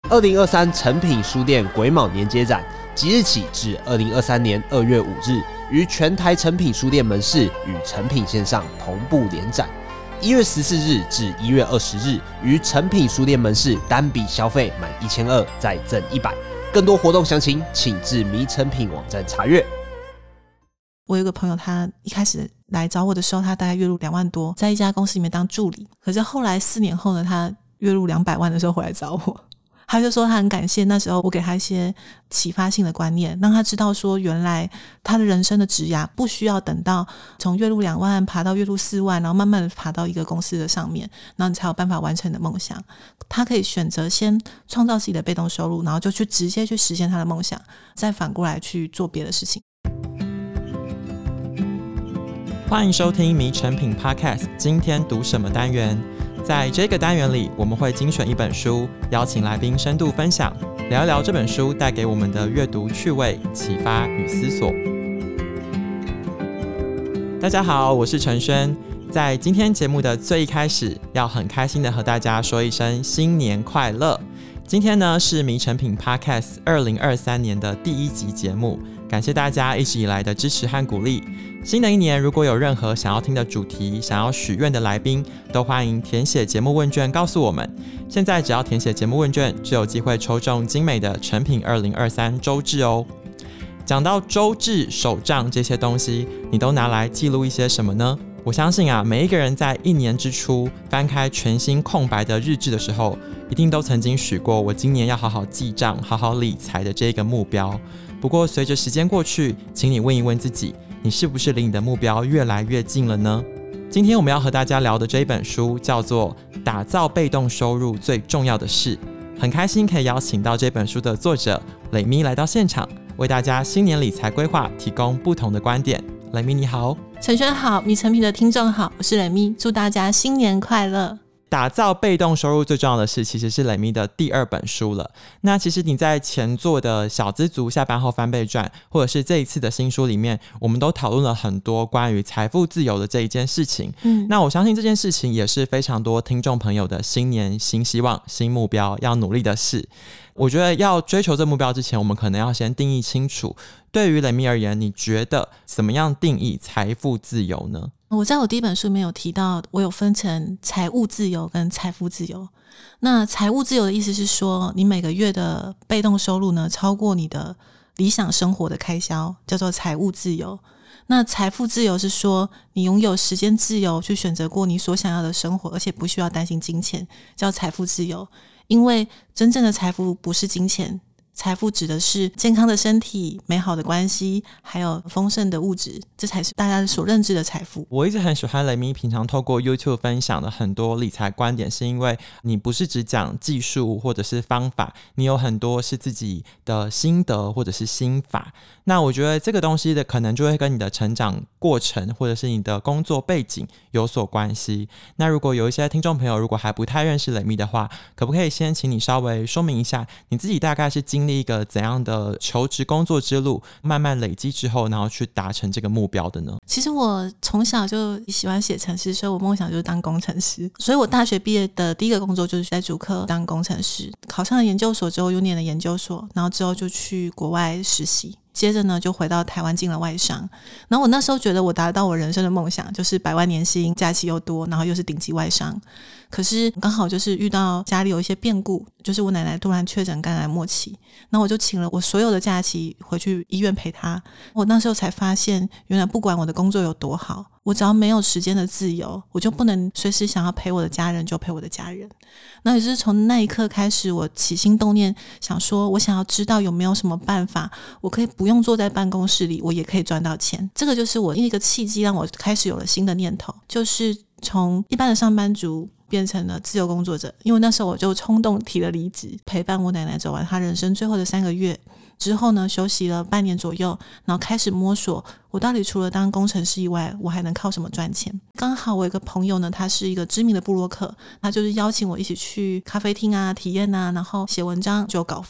2023诚品书店癸卯年接展即日起至2023年2月5日，于全台诚品书店门市与诚品线上同步联展。1月14日至1月20日，于诚品书店门市单笔消费满1200再赠100。更多活动详情，请至迷诚品网站查阅。 我有个朋友，他一开始来找我的时候，他大概月入2万多，在一家公司里面当助理。可是后来4年后呢，他月入200万的时候回来找我，他就说他很感谢那时候我给他一些启发性的观念，让他知道说原来他的人生的职涯不需要等到从月入2万爬到月入4万，然后慢慢的爬到一个公司的上面，然后你才有办法完成你的梦想。他可以选择先创造自己的被动收入，然后就直接去实现他的梦想，再反过来去做别的事情。 欢迎收听迷诚品 Podcast 今天读什么单元。在这个单元里，我们会精选一本书，邀请来宾深度分享，聊一聊这本书带给我们的阅读趣味、启发与思索。大家好，我是陈轩。在今天节目的最一开始，要很开心的和大家说一声新年快乐。今天呢是迷诚品 Podcast 2023年的第1集节目，感谢大家一直以来的支持和鼓励。新的一年，如果有任何想要听的主题、想要许愿的来宾，都欢迎填写节目问卷告诉我们。现在只要填写节目问卷，就有机会抽中精美的诚品2023周志哦。讲到周志、手账这些东西，你都拿来记录一些什么呢？我相信啊，每一个人在一年之初翻开全新空白的日志的时候，一定都曾经许过我今年要好好记账、好好理财的这个目标。不过随着时间过去，请你问一问自己，你是不是离你的目标越来越近了呢？今天我们要和大家聊的这一本书叫做《打造被动收入最重要的事》，很开心可以邀请到这本书的作者蕾咪来到现场，为大家新年理财规划提供不同的观点。蕾咪你好。 陈轩好，迷诚品的听众好，我是蕾咪，祝大家新年快乐。 打造被动收入最重要的事其实是蕾咪的第2本书了。那其实你在前作的小资族下班后翻倍赚，或者是这一次的新书里面，我们都讨论了很多关于财富自由的这一件事情。那我相信这件事情也是非常多听众朋友的新年新希望、新目标要努力的事。我觉得要追求这目标之前，我们可能要先定义清楚，对于蕾咪而言，你觉得怎么样定义财富自由呢？ 我在我第1本书里面有提到，我有分成财务自由跟财富自由。那财务自由的意思是说，你每个月的被动收入呢，超过你的理想生活的开销，叫做财务自由。那财富自由是说，你拥有时间自由去选择过你所想要的生活，而且不需要担心金钱，叫财富自由。因为真正的财富不是金钱，财富指的是健康的身体、美好的关系，还有丰盛的物质，这才是大家所认知的财富。 我一直很喜欢蕾咪平常透过 YouTube 分享的很多理财观点，是因为你不是只讲技术或者是方法，你有很多是自己的心得或者是心法。那我觉得这个东西的可能就会跟你的成长过程或者是你的工作背景有所关系。那如果有一些听众朋友如果还不太认识蕾咪的话，可不可以先请你稍微说明一下你自己大概是经历一个怎样的求职工作之路，慢慢累积之后然后去达成这个目标的呢？ 其实我从小就喜欢写程式，所以我梦想就是当工程师。所以我大学毕业的第一个工作就是在竹科当工程师，考上了研究所之后又念了研究所，然后之后就去国外实习，接着呢就回到台湾进了外商。然后我那时候觉得我达到我人生的梦想，就是100万年薪，假期又多，然后又是顶级外商。可是刚好就是遇到家里有一些变故，就是我奶奶突然确诊肝癌末期，然后我就请了我所有的假期回去医院陪她。我那时候才发现，原来不管我的工作有多好，我只要没有时间的自由，我就不能随时想要陪我的家人就陪我的家人。那也是从那一刻开始，我起心动念想说，我想要知道有没有什么办法，我可以不用坐在办公室里，我也可以赚到钱。这个就是我一个契机，让我开始有了新的念头，就是从一般的上班族变成了自由工作者。因为那时候我就冲动提了离职，陪伴我奶奶走完她人生最后的3个月之后呢，休息了半年左右，然后开始摸索我到底除了当工程师以外，我还能靠什么赚钱。刚好我有一个朋友呢，他是一个知名的部落客，他就是邀请我一起去咖啡厅啊体验啊，然后写文章就有稿费。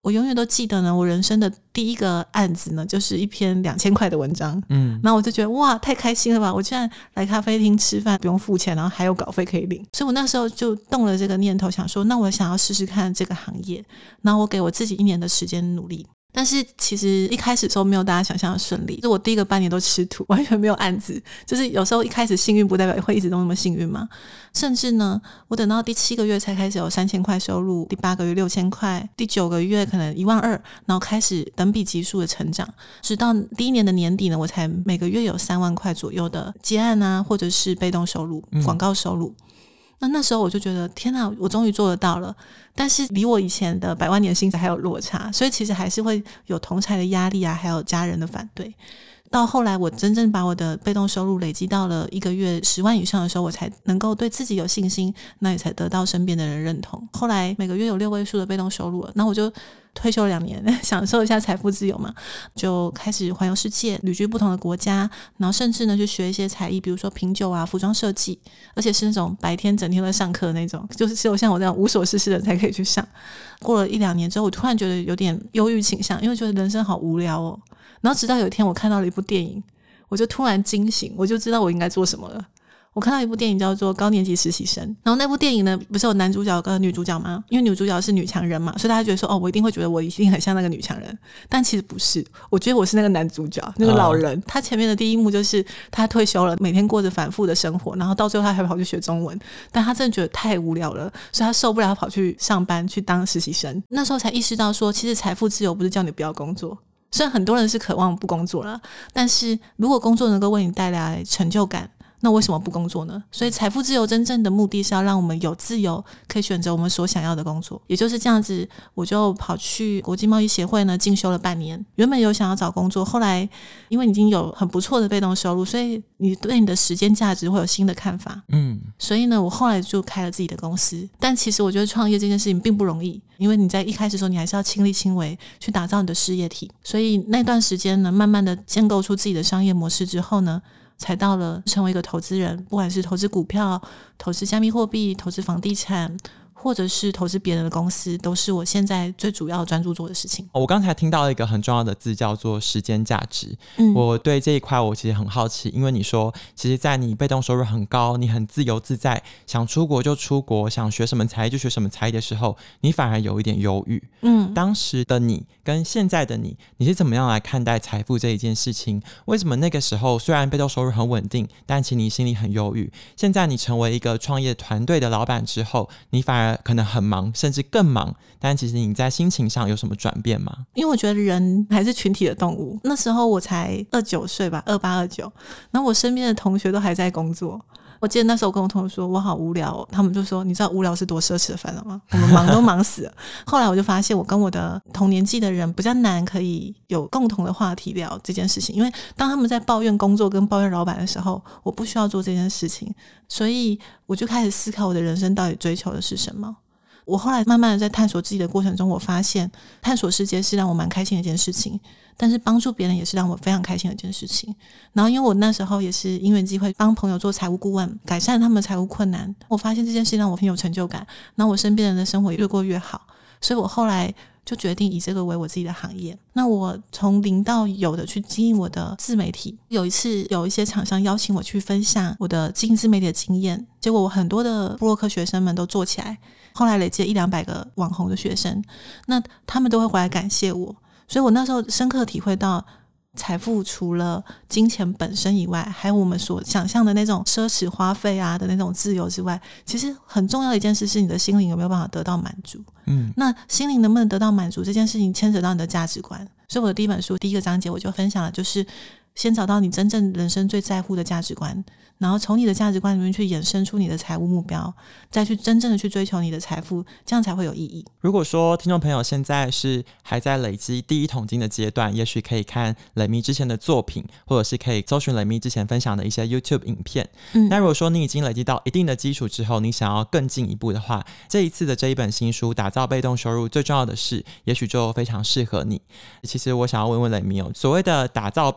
我永远都记得呢，我人生的第一个案子呢，就是一篇2000块的文章。然后我就觉得哇，太开心了吧！我居然来咖啡厅吃饭不用付钱，然后还有稿费可以领。所以我那时候就动了这个念头，想说那我想要试试看这个行业。然后我给我自己1年的时间努力。但是其实一开始的时候没有大家想象的顺利，就我第一个半年都吃土，完全没有案子。就是有时候一开始幸运不代表会一直都那么幸运嘛。甚至呢，我等到第7个月才开始有3000块收入，第8个月6000块，第9个月可能12000，然后开始等比级数的成长，直到第1年的年底呢，我才每个月有3万块左右的接案啊，或者是被动收入、广告收入。那时候我就觉得天哪，我终于做得到了，但是离我以前的100万年薪资还有落差，所以其实还是会有同侪的压力啊，还有家人的反对。到后来我真正把我的被动收入累积到了1个月10万以上的时候，我才能够对自己有信心，那也才得到身边的人认同。后来每个月有6位数的被动收入了，那我就退休2年，享受一下财富自由嘛，就开始环游世界，旅居不同的国家，然后甚至呢去学一些才艺，比如说品酒啊、服装设计，而且是那种白天整天都在上课的那种，就是只有像我这样无所事事的人才可以去上。过了1-2年之后，我突然觉得有点忧郁倾向，因为觉得人生好无聊哦。然后直到有一天我看到了一部电影，我就突然惊醒，我就知道我应该做什么了。我看到一部电影叫做《高年级实习生》，然后那部电影呢，不是有男主角跟女主角吗？因为女主角是女强人嘛，所以大家觉得说哦，我一定会觉得我一定很像那个女强人，但其实不是，我觉得我是那个男主角，那个老人。他前面的第一幕就是他退休了，每天过着反复的生活，然后到最后他还跑去学中文，但他真的觉得太无聊了，所以他受不了，他跑去上班去当实习生。那时候才意识到说，其实财富自由不是叫你不要工作。虽然很多人是渴望不工作啦，但是如果工作能够为你带来成就感，那为什么不工作呢？所以财富自由真正的目的是要让我们有自由可以选择我们所想要的工作。也就是这样子，我就跑去国际贸易协会呢进修了半年。原本有想要找工作，后来因为已经有很不错的被动收入，所以你对你的时间价值会有新的看法。所以呢，我后来就开了自己的公司。但其实我觉得创业这件事情并不容易，因为你在一开始的时候你还是要亲力亲为去打造你的事业体。所以那段时间呢，慢慢的建构出自己的商业模式之后呢，才到了成为一个投资人，不管是投资股票、投资加密货币、投资房地产，或者是投资别人的公司，都是我现在最主要专注做的事情。 我刚才听到一个很重要的字叫做时间价值。我对这一块我其实很好奇，因为你说其实在你被动收入很高，你很自由自在，想出国就出国，想学什么才艺就学什么才艺的时候，你反而有一点忧郁。当时的你跟现在的你是怎么样来看待财富这一件事情？为什么那个时候虽然被动收入很稳定，但其实你心里很忧郁？现在你成为一个创业团队的老板之后，你反而可能很忙，甚至更忙，但其实你在心情上有什么转变吗？ 因为我觉得人还是群体的动物。那时候我才29岁吧，28、29，然后我身边的同学都还在工作。我记得那时候我跟我同学说我好无聊哦，他们就说你知道无聊是多奢侈的烦恼吗？我们忙都忙死了。后来我就发现我跟我的同年纪的人比较难可以有共同的话题聊这件事情，因为当他们在抱怨工作跟抱怨老板的时候，我不需要做这件事情，所以我就开始思考我的人生到底追求的是什么。我后来慢慢的在探索自己的过程中，我发现探索世界是让我蛮开心的一件事情，但是帮助别人也是让我非常开心的一件事情。然后因为我那时候也是因缘机会帮朋友做财务顾问，改善他们的财务困难，我发现这件事让我很有成就感，然后我身边人的生活也越过越好，所以我后来就决定以这个为我自己的行业。那我从零到有的去经营我的自媒体，有一次有一些厂商邀请我去分享我的经营自媒体的经验，结果我很多的部落客学生们都做起来，后来累积了100-200个网红的学生，那他们都会回来感谢我。所以我那时候深刻体会到财富除了金钱本身以外，还有我们所想象的那种奢侈花费啊的那种自由之外，其实很重要的一件事是你的心灵有没有办法得到满足。那心灵能不能得到满足这件事情牵扯到你的价值观。所以我的第一本书第一个章节我就分享了，就是先找到你真正人生最在乎的价值观，然后从你的价值观里面去衍生出你的财务目标，再去真正的去追求你的财富，这样才会有意义。 如果说听众朋友现在是还在累积第一桶金的阶段，也许可以看雷咪之前的作品，或者是可以搜寻雷咪之前分享的一些 YouTube 影片。那如果说你已经累积到一定的基础之后，你想要更进一步的话，这一次的这一本新书打造被动收入最重要的事，也许就非常适合你。其实我想要问问雷咪所谓的打造被动收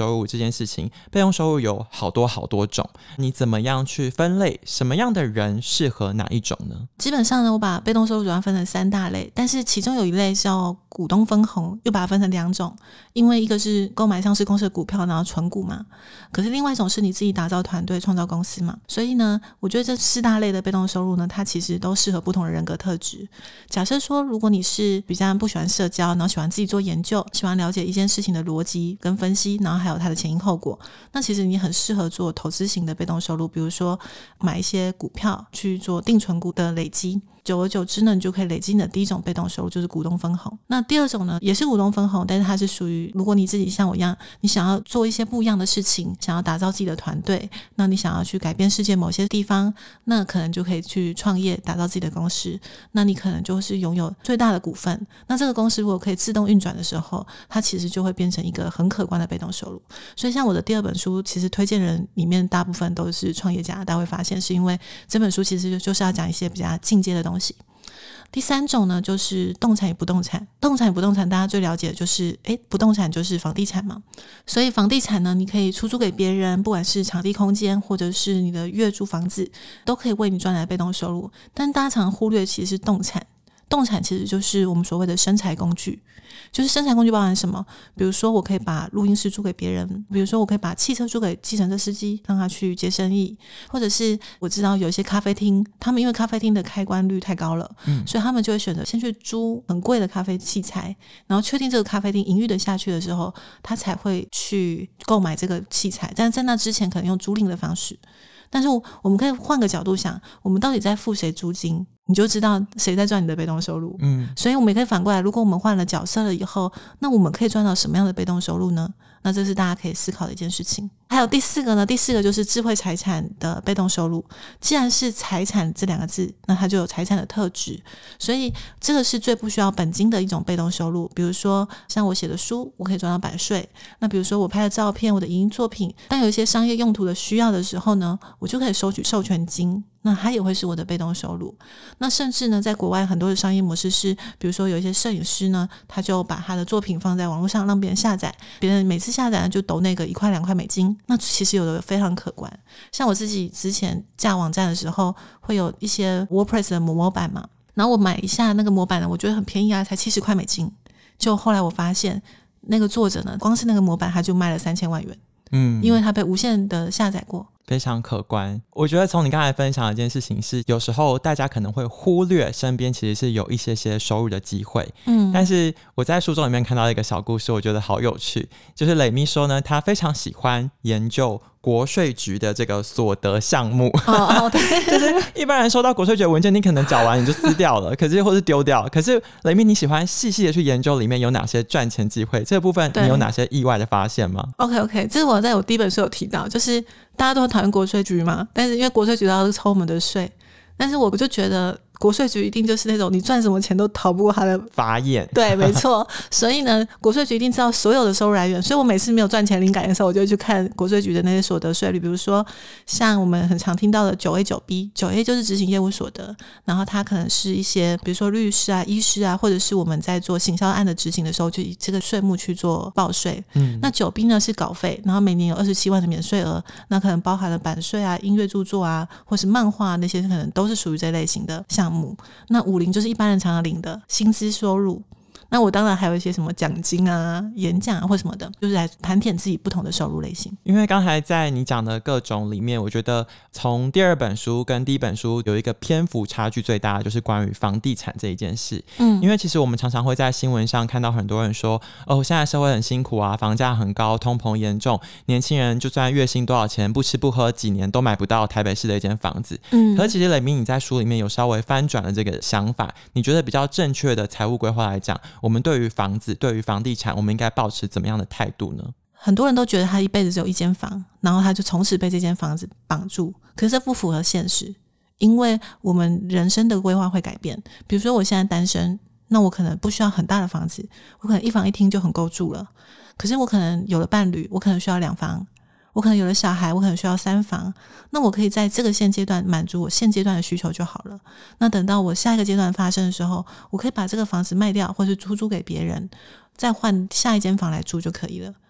收入这件事情，被动收入有好多种，你怎么样去分类什么样的人适合哪一种呢？ 基本上呢，我把被动收入主要分成3大类，但是其中有一类是要股东分红，又把它分成2种，因为一个是购买上市公司的股票然后存股嘛，可是另外一种是你自己打造团队创造公司嘛，所以呢我觉得这4大类的被动收入呢，它其实都适合不同的人格特质。假设说如果你是比较不喜欢社交，然后喜欢自己做研究，喜欢了解一件事情的逻辑跟分析，然后还有它的前因后果，那其实你很适合做投资型的被动收入，比如说买一些股票去做定存股的累积，久而久之呢，你就可以累积你的第一种被动收入，就是股东分红。那第二种呢，也是股东分红，但是它是属于如果你自己像我一样，你想要做一些不一样的事情，想要打造自己的团队，那你想要去改变世界某些地方，那可能就可以去创业，打造自己的公司，那你可能就是拥有最大的股份，那这个公司如果可以自动运转的时候，它其实就会变成一个很可观的被动收入。所以像我的第2本书，其实推荐人里面大部分都是创业家，大家会发现是因为这本书其实就是要讲一些比较进阶的东西。第3种呢，就是动产与不动产。动产与不动产大家最了解的就是不动产就是房地产嘛，所以房地产呢，你可以出租给别人，不管是场地空间或者是你的月租房子，都可以为你赚来被动收入。但大家常忽略其实是动产，动产其实就是我们所谓的生财工具。就是生产工具包含什么？比如说我可以把录音室租给别人，比如说我可以把汽车租给计程车司机，让他去接生意，或者是我知道有一些咖啡厅，他们因为咖啡厅的开关率太高了，所以他们就会选择先去租很贵的咖啡器材，然后确定这个咖啡厅营运的下去的时候，他才会去购买这个器材，但在那之前可能用租赁的方式。但是我们可以换个角度想，我们到底在付谁租金，你就知道谁在赚你的被动收入。所以我们也可以反过来，如果我们换了角色了以后，那我们可以赚到什么样的被动收入呢？那这是大家可以思考的一件事情。还有第4个呢，第4个就是智慧财产的被动收入。既然是财产这2个字，那它就有财产的特质，所以这个是最不需要本金的一种被动收入。比如说像我写的书，我可以赚到版税，那比如说我拍的照片，我的影音作品，当有一些商业用途的需要的时候呢，我就可以收取授权金，那它也会是我的被动收入。那甚至呢，在国外很多的商业模式是，比如说有一些摄影师呢，他就把他的作品放在网络上让别人下载，别人每次下载就抖那个1块2块美金，那其实有的非常可观。像我自己之前架网站的时候，会有一些 WordPress 的模板嘛，然后我买一下那个模板呢，我觉得很便宜啊，才70块美金，就后来我发现那个作者呢，光是那个模板他就卖了3000万元，因为他被无限的下载过， 非常可观。我觉得从你刚才分享的一件事情是，有时候大家可能会忽略身边其实是有一些收入的机会。但是我在书中里面看到一个小故事，我觉得好有趣，就是蕾咪说呢，她非常喜欢研究国税局的这个所得项目。对，就是一般人收到国税局的文件，你可能缴完你就撕掉了，可是或是丢掉。可是蕾咪，你喜欢细细的去研究里面有哪些赚钱机会，这个部分你有哪些意外的发现吗？ OK， 这是我在我第1本书有提到，就是大家都很讨厌国税局嘛，但是因为国税局要抽我们的税，但是我就觉得国税局一定就是那种你赚什么钱都逃不过他的法眼。 对，没错。所以呢，国税局一定知道所有的收入来源，所以我每次没有赚钱灵感的时候，我就会去看国税局的那些所得税率，比如说像我们很常听到的 9A、9B，9A 就是执行业务所得，然后它可能是一些比如说律师啊、医师啊，或者是我们在做行销案的执行的时候，就以这个税目去做报税。那 9B 呢是稿费，然后每年有27万的免税额，那可能包含了版税啊、音乐著作啊，或是漫画那些，可能都是属于这类型的项目。那50就是一般人常常领的薪资收入。那我当然还有一些什么奖金啊、演讲啊或什么的，就是来盘点自己不同的收入类型。 因为刚才在你讲的各种里面，我觉得从第2本书跟第1本书有一个篇幅差距最大的，就是关于房地产这一件事。因为其实我们常常会在新闻上看到很多人说，现在社会很辛苦啊，房价很高，通膨严重，年轻人就算月薪多少钱，不吃不喝几年都买不到台北市的一间房子。可是其实蕾咪你在书里面有稍微翻转了这个想法，你觉得比较正确的财务规划来讲，我们对于房子、对于房地产，我们应该抱持怎么样的态度呢？ 很多人都觉得他一辈子只有一间房，然后他就从此被这间房子绑住，可是这不符合现实，因为我们人生的规划会改变。比如说我现在单身，那我可能不需要很大的房子，我可能1房1厅就很够住了。可是我可能有了伴侣，我可能需要2房，我可能有了小孩，我可能需要3房，那我可以在这个现阶段满足我现阶段的需求就好了。那等到我下一个阶段发生的时候，我可以把这个房子卖掉，或是出租给别人，再换下一间房来住就可以了。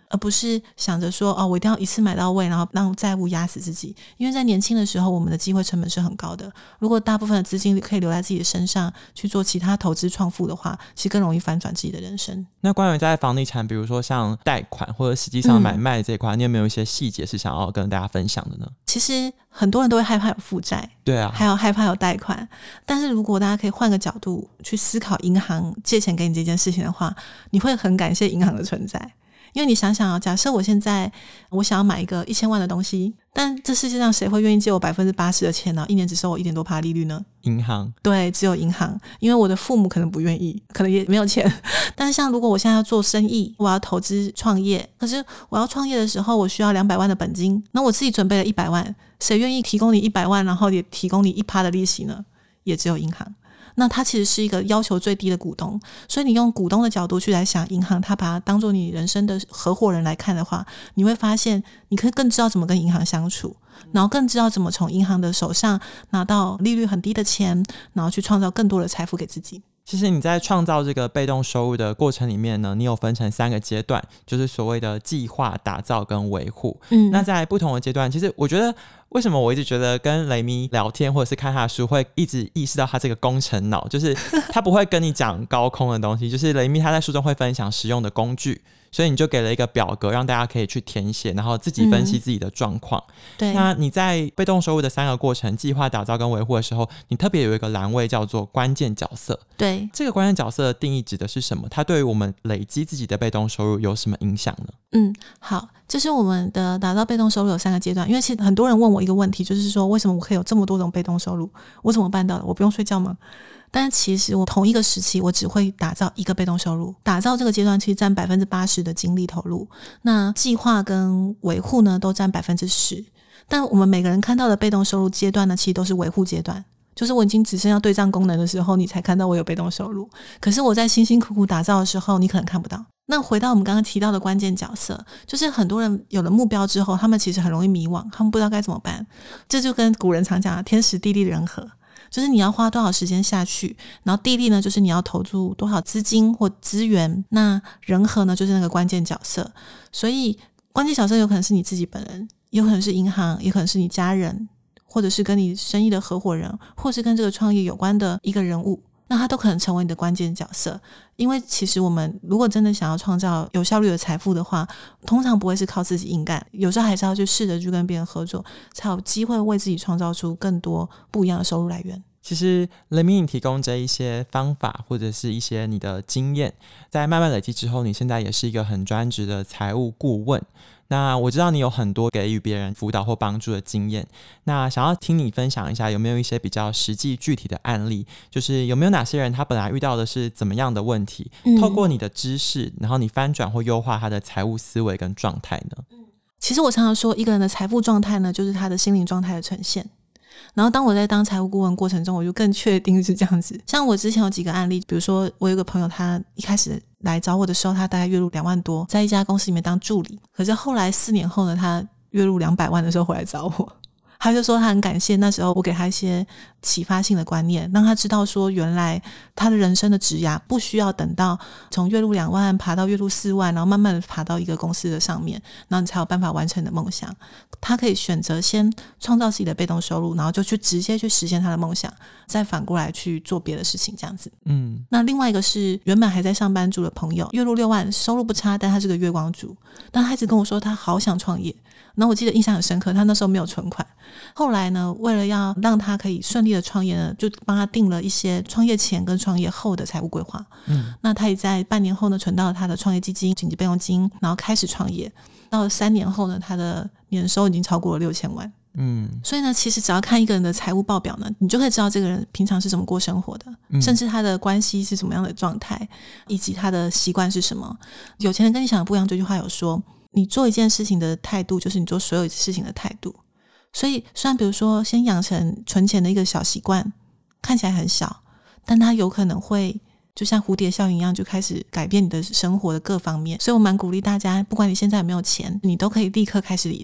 而不是想着说我一定要一次买到位，然后让债务压死自己。因为在年轻的时候，我们的机会成本是很高的，如果大部分的资金可以留在自己的身上去做其他投资创富的话，其实更容易翻转自己的人生。 那关于在房地产，比如说像贷款或者实际上买卖这一块，你有没有一些细节是想要跟大家分享的呢？ 其实很多人都会害怕有负债， 对啊， 还有害怕有贷款，但是如果大家可以换个角度去思考银行借钱给你这件事情的话，你会很感谢银行的存在。因为你想想假设我现在我想要买一个1000万的东西，但这世界上谁会愿意借我80%的钱呢？一年只收我1%多利率呢？ 银行。 对，只有银行。因为我的父母可能不愿意，可能也没有钱。但是像如果我现在要做生意，我要投资创业，可是我要创业的时候我需要200万的本金，那我自己准备了100万，谁愿意提供你100万，然后也提供你1%的利息呢？也只有银行。那它其实是一个要求最低的股东，所以你用股东的角度去来想银行，它把它当作你人生的合伙人来看的话，你会发现你可以更知道怎么跟银行相处，然后更知道怎么从银行的手上拿到利率很低的钱，然后去创造更多的财富给自己。 其实你在创造这个被动收入的过程里面呢，你有分成3个阶段，就是所谓的计划、打造跟维护。那在不同的阶段，其实我觉得为什么我一直觉得跟雷咪聊天或者是看他的书会一直意识到他这个工程脑，就是他不会跟你讲高空的东西，就是雷咪他在书中会分享实用的工具，所以你就给了一个表格让大家可以去填写，然后自己分析自己的状况。 对， 那你在被动收入的3个过程计划、打造跟维护的时候，你特别有一个栏位叫做关键角色。 对， 这个关键角色的定义指的是什么？它对于我们累积自己的被动收入有什么影响呢？ 好，就是我们的打造被动收入有3个阶段。因为其实很多人问我一个问题，就是说为什么我可以有这么多种被动收入，我怎么办到的？我不用睡觉吗？但是其实我同一个时期我只会打造一个被动收入，打造这个阶段其实占80%的精力投入，那计划跟维护呢都占10%。但我们每个人看到的被动收入阶段呢，其实都是维护阶段，就是我已经只剩下对账功能的时候，你才看到我有被动收入。可是我在辛辛苦苦打造的时候，你可能看不到。那回到我们刚刚提到的关键角色，就是很多人有了目标之后，他们其实很容易迷惘，他们不知道该怎么办。这就跟古人常讲的天时地利人和，就是你要花多少时间下去，然后地利呢就是你要投注多少资金或资源，那人和呢就是那个关键角色。所以关键角色有可能是你自己本人，有可能是银行，也可能是你家人，或者是跟你生意的合伙人，或是跟这个创业有关的一个人物，那他都可能成为你的关键角色。因为其实我们如果真的想要创造有效率的财富的话，通常不会是靠自己硬干，有时候还是要去试着去跟别人合作，才有机会为自己创造出更多不一样的收入来源。 其实雷咪你提供这一些方法或者是一些你的经验，在慢慢累积之后，你现在也是一个很专职的财务顾问。那我知道你有很多给予别人辅导或帮助的经验，那想要听你分享一下有没有一些比较实际具体的案例，就是有没有哪些人他本来遇到的是怎么样的问题，透过你的知识然后你翻转或优化他的财务思维跟状态呢？ 其实我常常说一个人的财富状态呢，就是他的心灵状态的呈现。然后当我在当财务顾问过程中，我就更确定是这样子。像我之前有几个案例，比如说我有一个朋友，他一开始来找我的时候，他大概月入2万多，在一家公司里面当助理。可是后来4年后呢，他月入200万的时候回来找我，他就说他很感谢那时候我给他一些启发性的观念，让他知道说原来他的人生的职涯不需要等到从月入2万爬到月入4万，然后慢慢的爬到一个公司的上面，然后你才有办法完成你的梦想。他可以选择先创造自己的被动收入，然后就去直接去实现他的梦想，再反过来去做别的事情这样子。那另外一个是原本还在上班族的朋友，月入6万，收入不差，但他是个月光族，但他一直跟我说他好想创业。然后我记得印象很深刻，他那时候没有存款，后来呢为了要让他可以顺利的创业呢，就帮他定了一些创业前跟创业后的财务规划。那他也在半年后呢存到了他的创业基金、紧急备用金，然后开始创业。到了3年后呢，他的年收已经超过了6000万。所以呢其实只要看一个人的财务报表呢，你就可以知道这个人平常是怎么过生活的，甚至他的关系是什么样的状态，以及他的习惯是什么。有钱人跟你想的不一样，这句话有说你做一件事情的态度就是你做所有事情的态度。所以虽然比如说先养成存钱的一个小习惯，看起来很小，但它有可能会就像蝴蝶效应一样，就开始改变你的生活的各方面。所以我蛮鼓励大家，不管你现在有没有钱，你都可以立刻开始理财。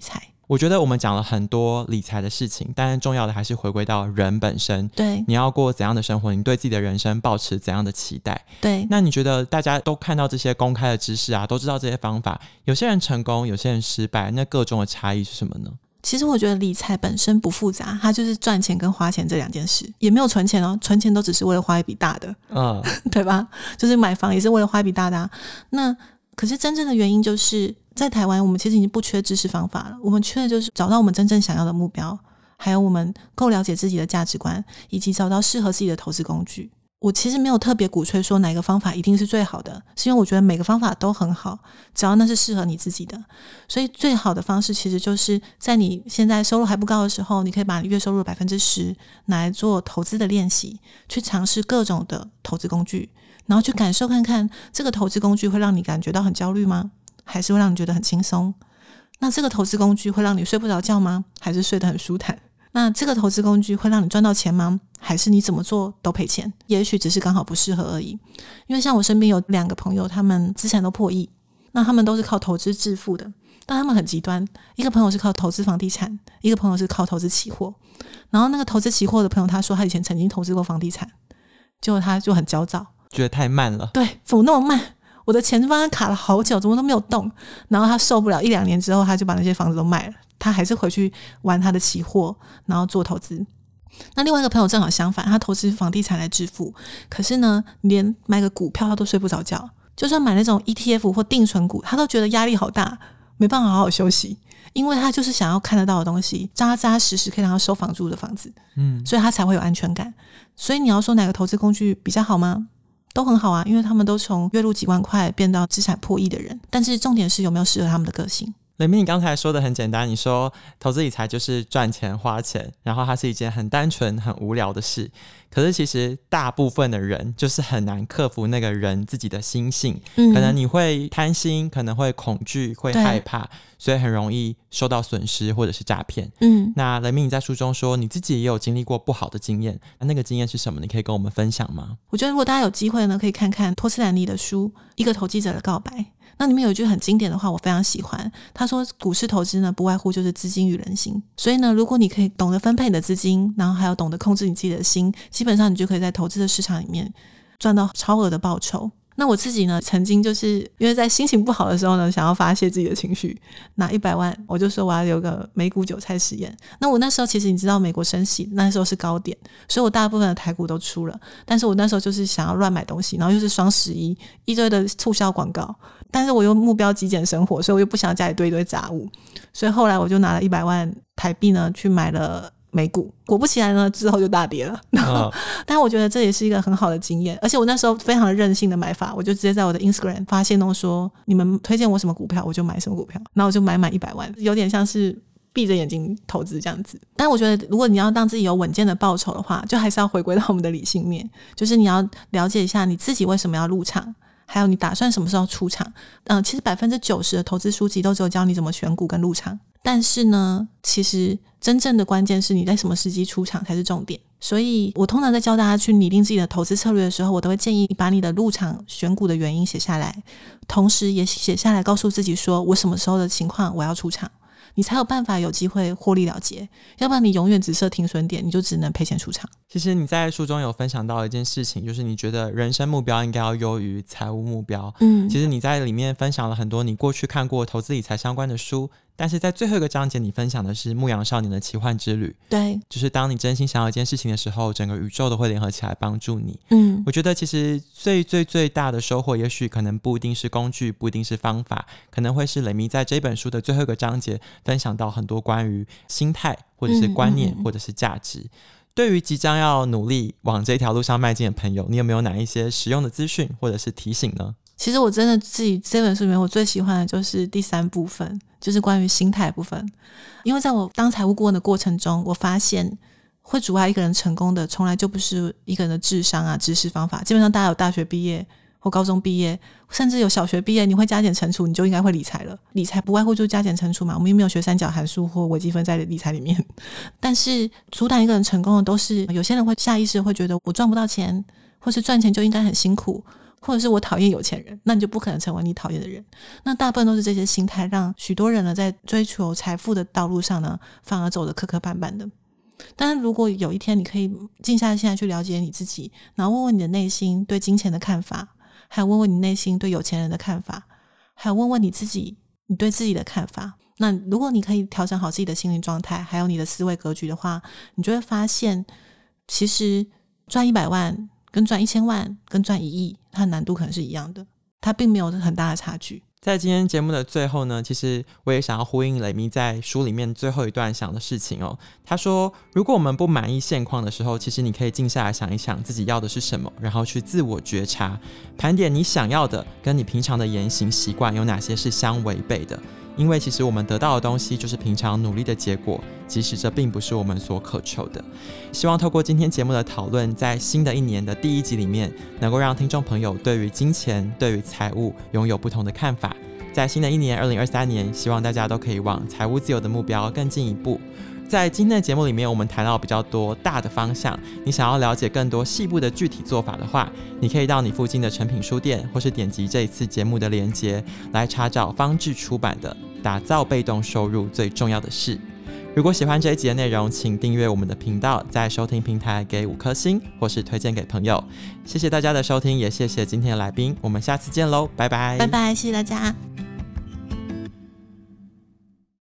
我觉得我们讲了很多理财的事情，但是重要的还是回归到人本身。 对， 你要过怎样的生活，你对自己的人生抱持怎样的期待。 对， 那你觉得大家都看到这些公开的知识啊，都知道这些方法，有些人成功，有些人失败，那个中的差异是什么呢？ 其实我觉得理财本身不复杂，它就是赚钱跟花钱这两件事，也没有存钱哦，存钱都只是为了花一笔大的，对吧？就是买房也是为了花一笔大的啊。那可是真正的原因就是在台湾，我们其实已经不缺知识方法了，我们缺的就是找到我们真正想要的目标，还有我们够了解自己的价值观，以及找到适合自己的投资工具。我其实没有特别鼓吹说哪个方法一定是最好的，是因为我觉得每个方法都很好，只要那是适合你自己的。所以最好的方式其实就是在你现在收入还不高的时候，你可以把你月收入的 10% 拿来做投资的练习，去尝试各种的投资工具，然后去感受看看这个投资工具会让你感觉到很焦虑吗？还是会让你觉得很轻松？那这个投资工具会让你睡不着觉吗？还是睡得很舒坦？那这个投资工具会让你赚到钱吗？还是你怎么做都赔钱？也许只是刚好不适合而已。因为像我身边有2个朋友，他们资产都破亿，那他们都是靠投资致富的，但他们很极端。一个朋友是靠投资房地产，一个朋友是靠投资期货。然后那个投资期货的朋友他说他以前曾经投资过房地产，结果他就很焦躁， 觉得太慢了。 对，怎么那么慢？我的钱帮他卡了好久，怎么都没有动。然后他受不了，1-2年之后他就把那些房子都卖了，他还是回去玩他的期货，然后做投资。那另外一个朋友正好相反，他投资房地产来致富，可是呢连买个股票他都睡不着觉，就算买那种 ETF 或定存股他都觉得压力好大，没办法好好休息，因为他就是想要看得到的东西，扎扎实实可以让他收房租的房子，所以他才会有安全感。所以你要说哪个投资工具比较好吗？都很好啊，因为他们都从月入几万块变到资产破亿的人，但是重点是有没有适合他们的个性。 雷米，你刚才说的很简单，你说投资理财就是赚钱花钱，然后它是一件很单纯很无聊的事，可是其实大部分的人就是很难克服那个人自己的心性，可能你会贪心，可能会恐惧，会害怕，所以很容易受到损失或者是诈骗。那雷米，你在书中说你自己也有经历过不好的经验，那个经验是什么？你可以跟我们分享吗？ 我觉得如果大家有机会呢，可以看看托斯兰尼的书《一个投机者的告白》，那里面有一句很经典的话我非常喜欢，他说股市投资呢不外乎就是资金与人心，所以呢如果你可以懂得分配你的资金，然后还有懂得控制你自己的心，基本上你就可以在投资的市场里面赚到超额的报酬。那我自己呢曾经就是因为在心情不好的时候呢，想要发泄自己的情绪，拿100万我就说我要有个美股韭菜实验。那我那时候其实你知道美国升息，那时候是高点，所以我大部分的台股都出了，但是我那时候就是想要乱买东西，然后又是双11一堆的促销广告，但是我又目标极简生活，所以我又不想家里堆一堆杂物，所以后来我就拿了100万台币呢去买了美股，果不其然呢之后就大跌了但我觉得这也是一个很好的经验，而且我那时候非常的任性的买法，我就直接在我的 Instagram 发现都说你们推荐我什么股票我就买什么股票，然后我就买满100万，有点像是闭着眼睛投资这样子。但我觉得如果你要让自己有稳健的报酬的话，就还是要回归到我们的理性面，就是你要了解一下你自己为什么要入场，还有你打算什么时候出场。其实 90% 的投资书籍都只有教你怎么选股跟入场，但是呢其实真正的关键是你在什么时机出场才是重点。所以我通常在教大家去拟定自己的投资策略的时候，我都会建议你把你的入场选股的原因写下来，同时也写下来告诉自己说我什么时候的情况我要出场，你才有办法有机会获利了结，要不然你永远只设停损点，你就只能赔钱出场。 其实你在书中有分享到一件事情，就是你觉得人生目标应该要优于财务目标。其实你在里面分享了很多你过去看过投资理财相关的书，但是在最后一个章节你分享的是牧羊少年的奇幻之旅。 对， 就是当你真心想要一件事情的时候，整个宇宙都会联合起来帮助你。我觉得其实最大的收获也许可能不一定是工具，不一定是方法，可能会是雷米在这本书的最后一个章节分享到很多关于心态或者是观念或者是价值。对于即将要努力往这条路上迈进的朋友，你有没有哪一些实用的资讯或者是提醒呢？ 其实我真的自己这本书里面我最喜欢的就是第3部分，就是关于心态部分。因为在我当财务顾问的过程中，我发现会阻碍一个人成功的从来就不是一个人的智商啊知识方法，基本上大家有大学毕业或高中毕业，甚至有小学毕业，你会加减乘除你就应该会理财了。理财不外乎就是加减乘除嘛，我们又没有学三角函数或微积分在理财里面。但是阻挡一个人成功的都是有些人会下意识会觉得我赚不到钱，或是赚钱就应该很辛苦， 或者是我讨厌有钱人，那你就不可能成为你讨厌的人。那大部分都是这些心态让许多人呢在追求财富的道路上呢反而走得磕磕绊绊的。但是如果有一天你可以静下心来去了解你自己，然后问问你的内心对金钱的看法，还有问问你内心对有钱人的看法，还有问问你自己你对自己的看法，那如果你可以调整好自己的心灵状态还有你的思维格局的话，你就会发现其实赚100万跟赚1000万跟赚1亿它的难度可能是一样的，它并没有很大的差距。 在今天节目的最后呢，其实我也想要呼应雷咪在书里面最后一段想的事情哦。他说如果我们不满意现况的时候，其实你可以静下来想一想自己要的是什么，然后去自我觉察，盘点你想要的跟你平常的言行习惯有哪些是相违背的。因为其实我们得到的东西就是平常努力的结果，即使这并不是我们所渴求的。希望透过今天节目的讨论，在新的一年的第1集里面，能够让听众朋友对于金钱、对于财务拥有不同的看法。在新的一年2023年，希望大家都可以往财务自由的目标更进一步。在今天的节目里面，我们谈到比较多大的方向，你想要了解更多细部的具体做法的话，你可以到你附近的诚品书店，或是点击这一次节目的连结来查找方智出版的《打造被动收入最重要的事》。如果喜欢这一集的内容，请订阅我们的频道，在收听平台给5颗星，或是推荐给朋友。谢谢大家的收听，也谢谢今天的来宾，我们下次见喽，拜拜， 拜拜，谢谢大家。